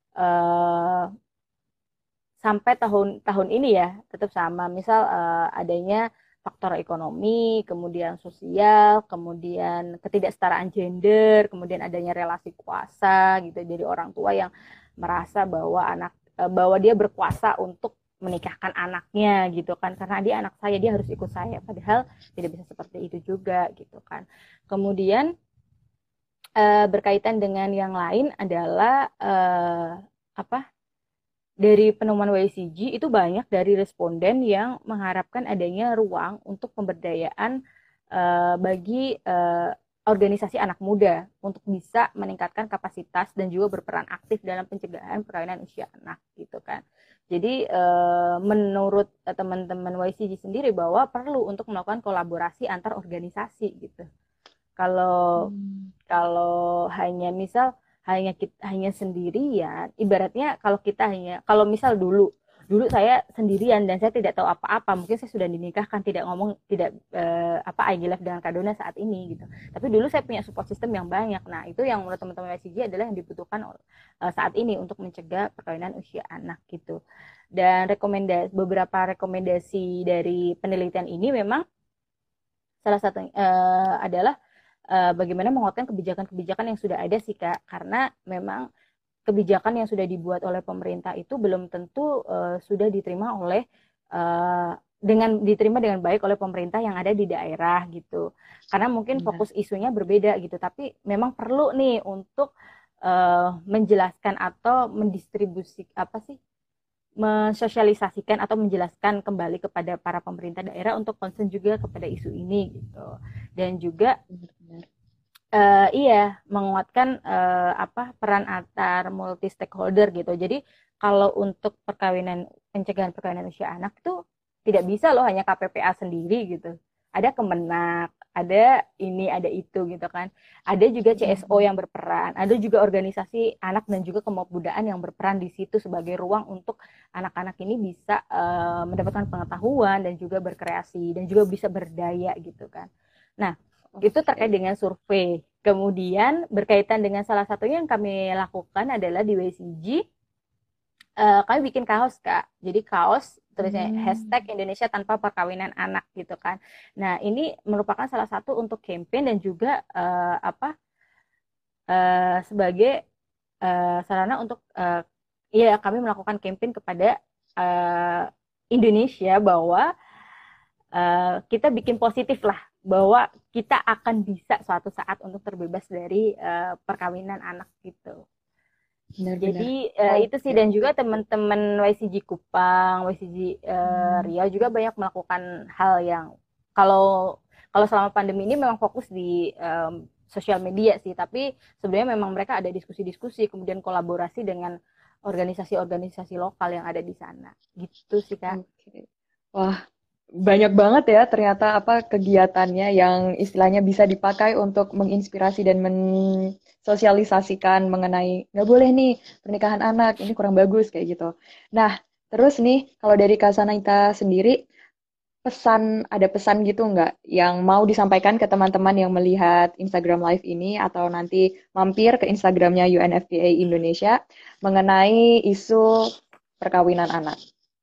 Speaker 3: sampai tahun ini ya tetap sama. Misal adanya faktor ekonomi, kemudian sosial, kemudian ketidaksetaraan gender, kemudian adanya relasi kuasa gitu dari orang tua yang merasa bahwa dia berkuasa untuk menikahkan anaknya gitu kan, karena dia anak saya, dia harus ikut saya, padahal tidak bisa seperti itu juga gitu kan. Kemudian berkaitan dengan yang lain adalah apa dari penemuan YCG itu banyak dari responden yang mengharapkan adanya ruang untuk pemberdayaan bagi organisasi anak muda untuk bisa meningkatkan kapasitas dan juga berperan aktif dalam pencegahan perkawinan usia anak gitu kan. Jadi menurut teman-teman YCG sendiri bahwa perlu untuk melakukan kolaborasi antar organisasi gitu. Kalau hanya misal hanya sendirian, ibaratnya kalau misal dulu saya sendirian dan saya tidak tahu apa-apa, mungkin saya sudah dinikahkan, tidak IG Live dengan Kak Dona saat ini gitu. Tapi dulu saya punya support system yang banyak. Nah, itu yang menurut teman-teman YCG adalah yang dibutuhkan saat ini untuk mencegah perkawinan usia anak gitu. Dan beberapa rekomendasi dari penelitian ini memang salah satu adalah bagaimana menguatkan kebijakan-kebijakan yang sudah ada sih Kak, karena memang kebijakan yang sudah dibuat oleh pemerintah itu belum tentu sudah diterima dengan baik oleh pemerintah yang ada di daerah gitu, karena mungkin fokus isunya berbeda gitu, tapi memang perlu nih untuk menjelaskan atau mensosialisasikan atau menjelaskan kembali kepada para pemerintah daerah untuk concern juga kepada isu ini gitu. Dan juga Iya, menguatkan peran antar multi stakeholder gitu. Jadi kalau untuk pencegahan perkawinan usia anak itu tidak bisa loh hanya KPPA sendiri gitu. Ada Kemenak, ada ini, ada itu gitu kan. Ada juga CSO yang berperan, ada juga organisasi anak dan juga kemudaan yang berperan di situ sebagai ruang untuk anak-anak ini bisa mendapatkan pengetahuan dan juga berkreasi dan juga bisa berdaya gitu kan. Nah, itu terkait dengan survei. Kemudian berkaitan dengan salah satunya yang kami lakukan adalah di WCG, kami bikin kaos Kak. Jadi kaos tulisnya hashtag Indonesia tanpa perkawinan anak gitu kan. Nah ini merupakan salah satu untuk campaign dan juga sebagai sarana untuk ya kami melakukan campaign kepada Indonesia bahwa kita bikin positif lah bahwa kita akan bisa suatu saat untuk terbebas dari perkawinan anak gitu.
Speaker 2: Benar-benar.
Speaker 3: Jadi itu sih dan juga teman-teman YCG Kupang, YCG Riau juga banyak melakukan hal yang kalau selama pandemi ini memang fokus di sosial media sih, tapi sebenarnya memang mereka ada diskusi-diskusi kemudian kolaborasi dengan organisasi-organisasi lokal yang ada di sana. Gitu sih Kak.
Speaker 2: Oke. Wah, banyak banget ya ternyata apa kegiatannya yang istilahnya bisa dipakai untuk menginspirasi dan mensosialisasikan mengenai nggak boleh nih pernikahan anak, ini kurang bagus kayak gitu. Nah, terus nih kalau dari Kak Sanita sendiri ada pesan gitu nggak yang mau disampaikan ke teman-teman yang melihat Instagram Live ini atau nanti mampir ke Instagramnya UNFPA Indonesia mengenai isu perkawinan anak?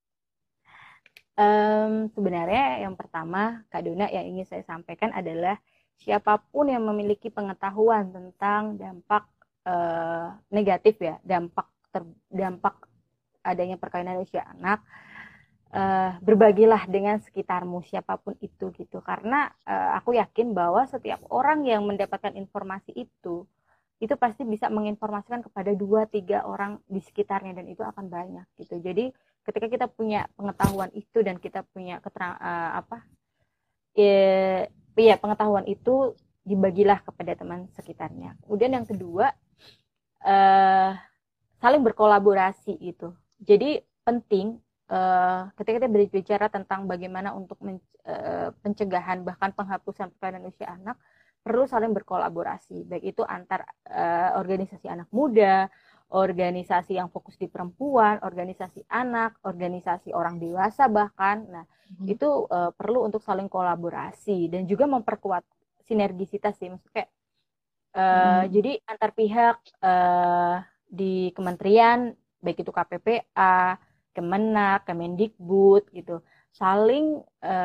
Speaker 3: Sebenarnya yang pertama, Kak Dona, yang ingin saya sampaikan adalah siapapun yang memiliki pengetahuan tentang dampak negatif ya, dampak adanya perkawinan usia anak, berbagilah dengan sekitarmu siapapun itu gitu. Karena aku yakin bahwa setiap orang yang mendapatkan informasi itu pasti bisa menginformasikan kepada 2-3 orang di sekitarnya dan itu akan banyak gitu. Jadi ketika kita punya pengetahuan itu dan kita punya pengetahuan itu dibagilah kepada teman sekitarnya. Kemudian yang kedua saling berkolaborasi gitu. Jadi penting ketika kita berbicara tentang bagaimana untuk pencegahan bahkan penghapusan perkawinan usia anak perlu saling berkolaborasi, baik itu antar organisasi anak muda, organisasi yang fokus di perempuan, organisasi anak, organisasi orang dewasa bahkan. Nah, itu perlu untuk saling kolaborasi dan juga memperkuat sinergisitas sih, maksudnya jadi antar pihak di kementerian, baik itu KPPA, Kemenak, Kemendikbud gitu, saling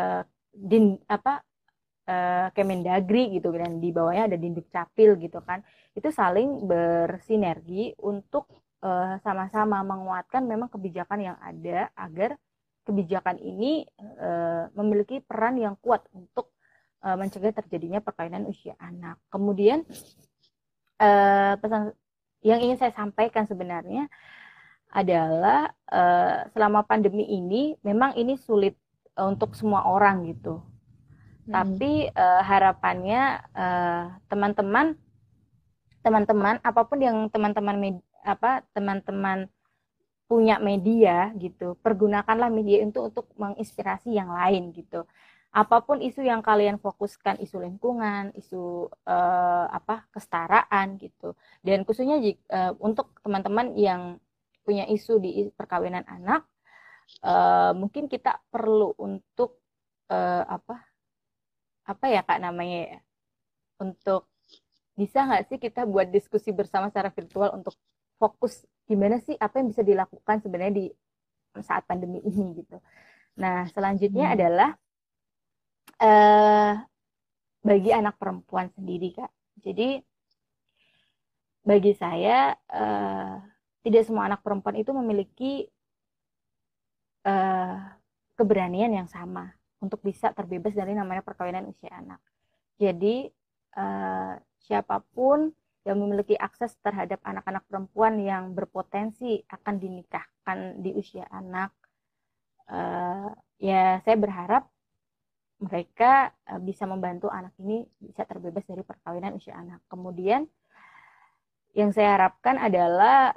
Speaker 3: Kemendagri gitu dan di bawahnya ada Dinduk Capil gitu kan, itu saling bersinergi untuk sama-sama menguatkan memang kebijakan yang ada agar kebijakan ini memiliki peran yang kuat untuk mencegah terjadinya perkawinan usia anak. Kemudian pesan yang ingin saya sampaikan sebenarnya adalah selama pandemi ini memang ini sulit untuk semua orang gitu. Tapi harapannya teman-teman apapun yang teman-teman punya media gitu, pergunakanlah media untuk menginspirasi yang lain gitu. Apapun isu yang kalian fokuskan, isu lingkungan, isu kesetaraan gitu. Dan khususnya untuk teman-teman yang punya isu di perkawinan anak, mungkin kita perlu untuk apa ya Kak namanya ya, untuk bisa nggak sih kita buat diskusi bersama secara virtual untuk fokus gimana sih apa yang bisa dilakukan sebenarnya di saat pandemi ini gitu. Nah selanjutnya adalah bagi anak perempuan sendiri Kak. Jadi bagi saya tidak semua anak perempuan itu memiliki keberanian yang sama untuk bisa terbebas dari namanya perkawinan usia anak. Jadi siapapun yang memiliki akses terhadap anak-anak perempuan yang berpotensi akan dinikahkan di usia anak, ya saya berharap mereka bisa membantu anak ini bisa terbebas dari perkawinan usia anak. Kemudian yang saya harapkan adalah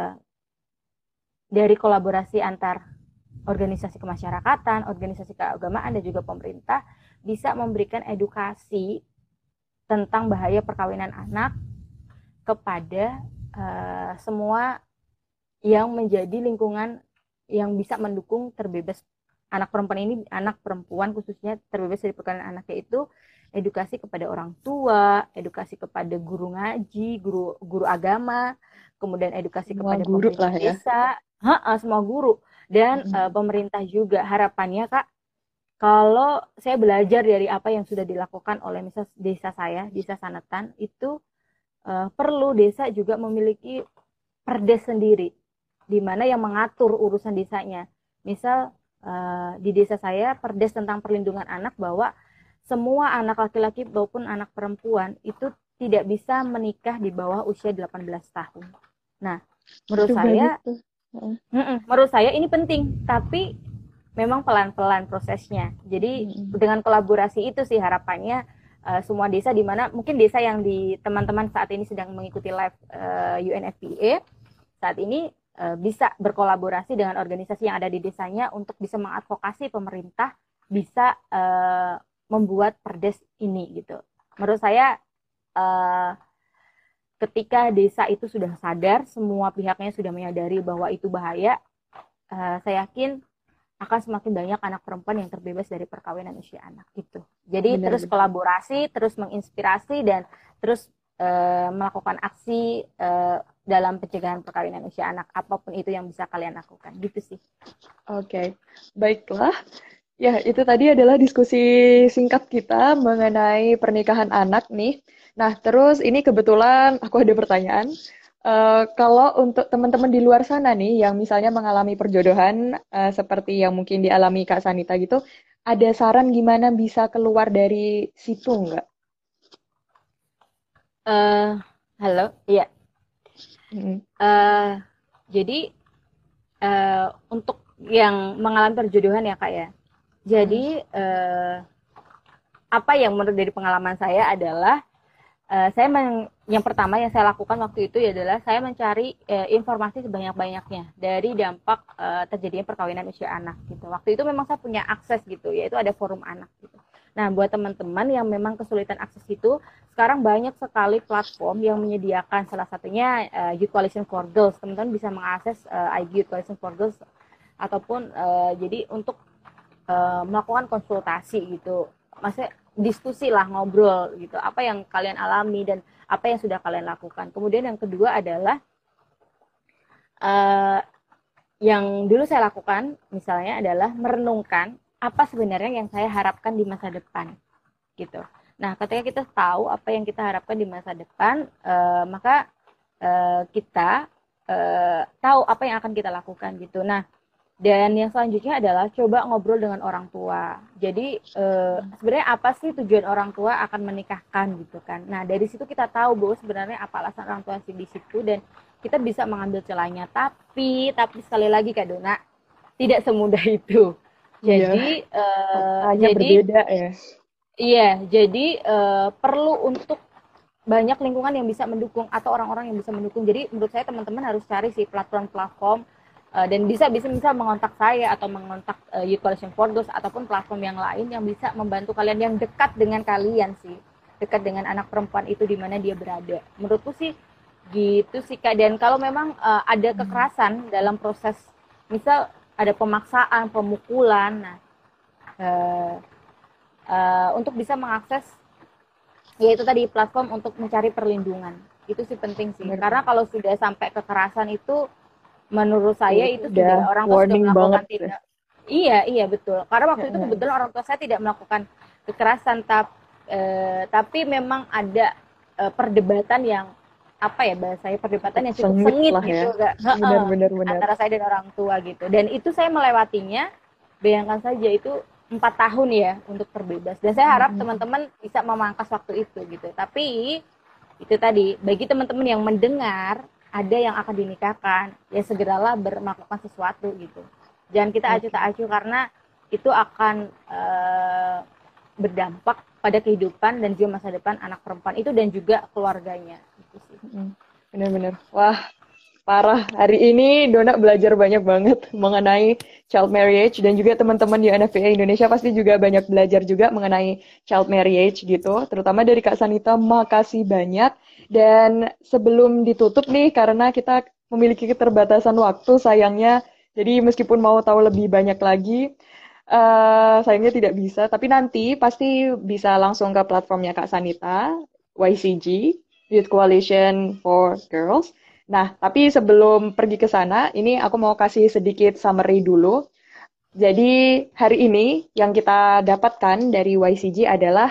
Speaker 3: dari kolaborasi antar organisasi kemasyarakatan, organisasi keagamaan, dan juga pemerintah bisa memberikan edukasi tentang bahaya perkawinan anak kepada semua yang menjadi lingkungan yang bisa mendukung terbebas anak perempuan ini, anak perempuan khususnya terbebas dari perkawinan anak, yaitu edukasi kepada orang tua, edukasi kepada guru ngaji, guru agama, kemudian edukasi
Speaker 2: Semua
Speaker 3: kepada
Speaker 2: guru
Speaker 3: pemerintah
Speaker 2: lah ya.
Speaker 3: desa, semua guru, dan pemerintah juga. Harapannya Kak, kalau saya belajar dari apa yang sudah dilakukan oleh misal desa saya, desa Sanatan, itu perlu desa juga memiliki perdes sendiri, di mana yang mengatur urusan desanya. Misal di desa saya perdes tentang perlindungan anak bahwa semua anak laki-laki maupun anak perempuan itu tidak bisa menikah di bawah usia 18 tahun. Nah, menurut saya ini penting, tapi memang pelan-pelan prosesnya. Jadi dengan kolaborasi itu sih harapannya semua desa, di mana mungkin desa yang di teman-teman saat ini sedang mengikuti live UNFPA saat ini bisa berkolaborasi dengan organisasi yang ada di desanya untuk bisa mengadvokasi pemerintah bisa membuat perdes ini gitu. Menurut saya ketika desa itu sudah sadar, semua pihaknya sudah menyadari bahwa itu bahaya, saya yakin akan semakin banyak anak perempuan yang terbebas dari perkawinan usia anak gitu. Jadi terus kolaborasi, terus menginspirasi, dan terus melakukan aksi dalam pencegahan perkawinan usia anak, apapun itu yang bisa kalian lakukan gitu sih.
Speaker 2: Oke, baiklah. Ya, itu tadi adalah diskusi singkat kita mengenai pernikahan anak nih. Nah, terus ini kebetulan aku ada pertanyaan. Kalau untuk teman-teman di luar sana nih, yang misalnya mengalami perjodohan seperti yang mungkin dialami Kak Sanita gitu, ada saran gimana bisa keluar dari situ nggak?
Speaker 3: Halo, iya. Jadi untuk yang mengalami perjodohan ya Kak ya. Jadi apa yang menurut dari pengalaman saya adalah yang pertama yang saya lakukan waktu itu adalah saya mencari informasi sebanyak-banyaknya dari dampak terjadinya perkawinan usia anak gitu. Waktu itu memang saya punya akses gitu, yaitu ada forum anak gitu. Nah, buat teman-teman yang memang kesulitan akses itu, sekarang banyak sekali platform yang menyediakan, salah satunya Youth Coalition for Girls. Teman-teman bisa mengakses IG Youth Coalition for Girls ataupun jadi untuk melakukan konsultasi gitu. Maksudnya diskusi lah, ngobrol gitu, apa yang kalian alami dan apa yang sudah kalian lakukan. Kemudian yang kedua adalah yang dulu saya lakukan misalnya adalah merenungkan apa sebenarnya yang saya harapkan di masa depan gitu. Nah, ketika kita tahu apa yang kita harapkan di masa depan, maka kita tahu apa yang akan kita lakukan gitu. Nah, dan yang selanjutnya adalah coba ngobrol dengan orang tua. Jadi sebenarnya apa sih tujuan orang tua akan menikahkan gitu kan. Nah, dari situ kita tahu bahwa sebenarnya apa alasan orang tua di situ, dan kita bisa mengambil celahnya. Tapi sekali lagi Kak Dona, tidak semudah itu. Jadi
Speaker 2: hanya berbeda ya.
Speaker 3: Iya, jadi perlu untuk banyak lingkungan yang bisa mendukung atau orang-orang yang bisa mendukung. Jadi menurut saya teman-teman harus cari sih platform-platform dan bisa mengontak saya atau mengontak Youth Coalition for Girls ataupun platform yang lain yang bisa membantu kalian, yang dekat dengan kalian sih, dekat dengan anak perempuan itu di mana dia berada. Menurutku sih gitu sih Kak. Dan kalau memang ada kekerasan dalam proses, misal ada pemaksaan, pemukulan, nah untuk bisa mengakses yaitu tadi platform untuk mencari perlindungan, itu sih penting sih. Karena kalau sudah sampai kekerasan itu menurut saya itu sudah orang tua sudah melakukan tindak. Iya betul. Karena waktu itu kebetulan orang tua saya tidak melakukan kekerasan, tapi memang ada perdebatan yang apa ya bahasanya, perdebatan yang cukup sengit gitu ya. Benar. Antara saya dan orang tua gitu. Dan itu saya melewatinya, bayangkan saja itu 4 tahun ya untuk terbebas. Dan saya harap teman-teman bisa memangkas waktu itu gitu. Tapi itu tadi, bagi teman-teman yang mendengar ada yang akan dinikahkan, ya segeralah melakukan sesuatu gitu. Jangan kita acuh tak acuh, karena itu akan berdampak pada kehidupan dan juga masa depan anak perempuan itu dan juga keluarganya gitu sih.
Speaker 2: Bener-bener. Wah, parah. Hari ini Dona belajar banyak banget mengenai child marriage dan juga teman-teman di UNFPA Indonesia pasti juga banyak belajar juga mengenai child marriage gitu. Terutama dari Kak Sanita, makasih banyak. Dan sebelum ditutup nih, karena kita memiliki keterbatasan waktu sayangnya, jadi meskipun mau tahu lebih banyak lagi, sayangnya tidak bisa. Tapi nanti pasti bisa langsung ke platformnya Kak Sanita, YCG, Youth Coalition for Girls. Nah, tapi sebelum pergi ke sana, ini aku mau kasih sedikit summary dulu. Jadi, hari ini yang kita dapatkan dari YCG adalah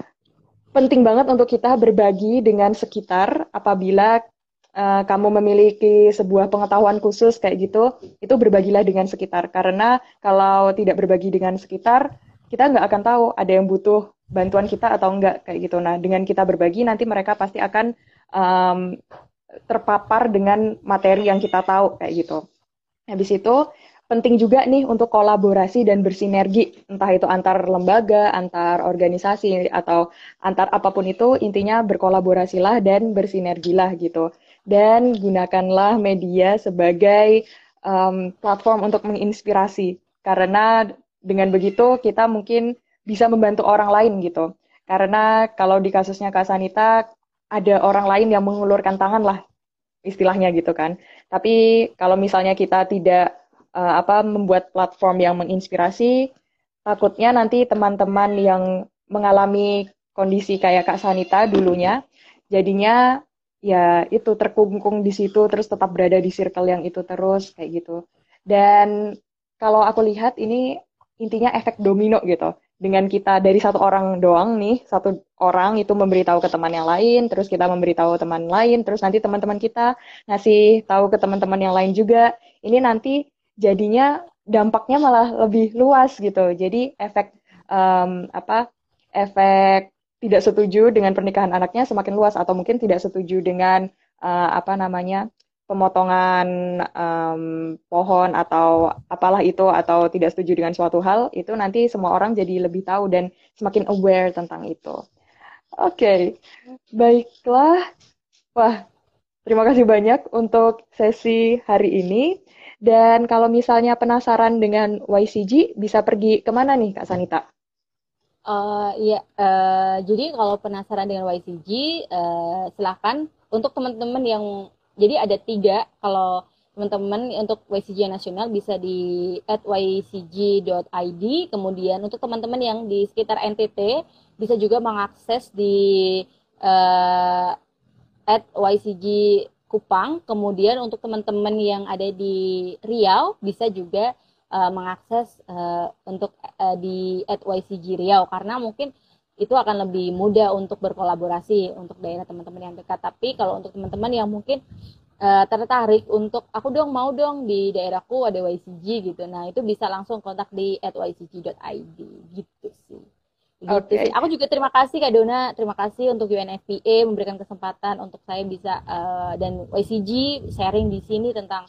Speaker 2: penting banget untuk kita berbagi dengan sekitar apabila kamu memiliki sebuah pengetahuan khusus kayak gitu, itu berbagilah dengan sekitar. Karena kalau tidak berbagi dengan sekitar, kita nggak akan tahu ada yang butuh bantuan kita atau enggak kayak gitu. Nah, dengan kita berbagi, nanti mereka pasti akan um, terpapar dengan materi yang kita tahu kayak gitu. Habis itu penting juga nih untuk kolaborasi dan bersinergi, entah itu antar lembaga, antar organisasi, atau antar apapun itu, intinya berkolaborasilah dan bersinergilah gitu. Dan gunakanlah media sebagai platform untuk menginspirasi, karena dengan begitu kita mungkin bisa membantu orang lain gitu. Karena kalau di kasusnya Kak Sanita, ada orang lain yang mengulurkan tangan lah istilahnya gitu kan. Tapi kalau misalnya kita tidak membuat platform yang menginspirasi, takutnya nanti teman-teman yang mengalami kondisi kayak Kak Sanita dulunya, jadinya ya itu terkungkung di situ terus tetap berada di circle yang itu terus kayak gitu. Dan kalau aku lihat ini intinya efek domino gitu. Dengan kita dari satu orang doang nih, satu orang itu memberitahu ke teman yang lain, terus kita memberitahu teman lain, terus nanti teman-teman kita ngasih tahu ke teman-teman yang lain juga. Ini nanti jadinya dampaknya malah lebih luas gitu. Jadi efek efek tidak setuju dengan pernikahan anaknya semakin luas atau mungkin tidak setuju dengan pemotongan pohon atau apalah itu atau tidak setuju dengan suatu hal itu nanti semua orang jadi lebih tahu dan semakin aware tentang itu. Oke, baiklah. Wah, terima kasih banyak untuk sesi hari ini. Dan kalau misalnya penasaran dengan YCG, bisa pergi kemana nih, Kak Sanita?
Speaker 3: Jadi kalau penasaran dengan YCG, silakan untuk teman-teman yang jadi ada 3 kalau teman-teman untuk YCG nasional bisa di @ycg.id, kemudian untuk teman-teman yang di sekitar NTT bisa juga mengakses di uh, @ycg Kupang, kemudian untuk teman-teman yang ada di Riau bisa juga mengakses untuk di @ycg Riau karena mungkin itu akan lebih mudah untuk berkolaborasi untuk daerah teman-teman yang dekat. Tapi kalau untuk teman-teman yang mungkin tertarik untuk aku dong mau dong di daerahku ada YCG gitu, nah itu bisa langsung kontak di @ycg.id gitu sih. Gitu sih. Aku juga terima kasih Kak Dona, terima kasih untuk UNFPA memberikan kesempatan untuk saya bisa dan YCG sharing di sini tentang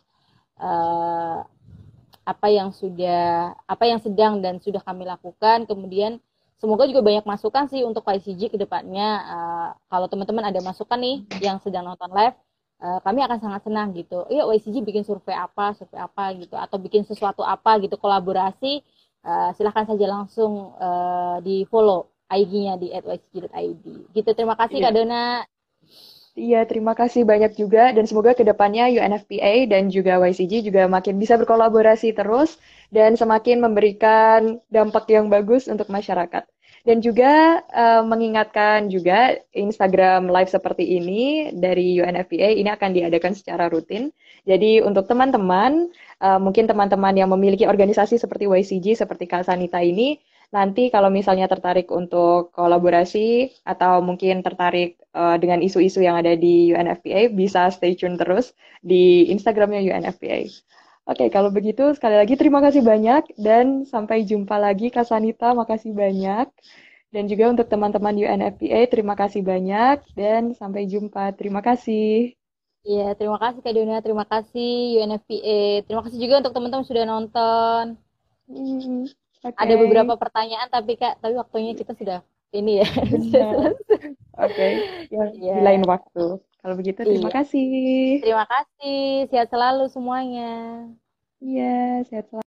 Speaker 3: apa yang sedang dan sudah kami lakukan. Kemudian semoga juga banyak masukan sih untuk YCG ke depannya. Kalau teman-teman ada masukan nih yang sedang nonton live, kami akan sangat senang gitu. Iya YCG bikin survei apa gitu atau bikin sesuatu apa gitu kolaborasi. Silahkan saja langsung di follow IG-nya di @ycg.id. Gitu, terima kasih Kak Dona.
Speaker 2: Iya, terima kasih banyak juga dan semoga kedepannya UNFPA dan juga YCG juga makin bisa berkolaborasi terus dan semakin memberikan dampak yang bagus untuk masyarakat. Dan juga mengingatkan juga Instagram live seperti ini dari UNFPA ini akan diadakan secara rutin. Jadi untuk teman-teman, mungkin teman-teman yang memiliki organisasi seperti YCG, seperti Kak Sanita ini, nanti kalau misalnya tertarik untuk kolaborasi atau mungkin tertarik dengan isu-isu yang ada di UNFPA, bisa stay tune terus di Instagramnya UNFPA. Oke, kalau begitu sekali lagi terima kasih banyak dan sampai jumpa lagi Kak Sanita, makasih banyak. Dan juga untuk teman-teman UNFPA, terima kasih banyak dan sampai jumpa. Terima kasih.
Speaker 3: Iya, terima kasih Kak Dona, terima kasih UNFPA. Terima kasih juga untuk teman-teman sudah nonton.
Speaker 2: Oke.
Speaker 3: Ada beberapa pertanyaan tapi Kak, tapi waktunya kita sudah ini ya.
Speaker 2: Benar. Oke, ya,
Speaker 3: Iya.
Speaker 2: di lain waktu. Kalau begitu, terima
Speaker 3: Iya.
Speaker 2: kasih.
Speaker 3: Terima kasih. Sehat selalu semuanya.
Speaker 2: Iya, sehat selalu.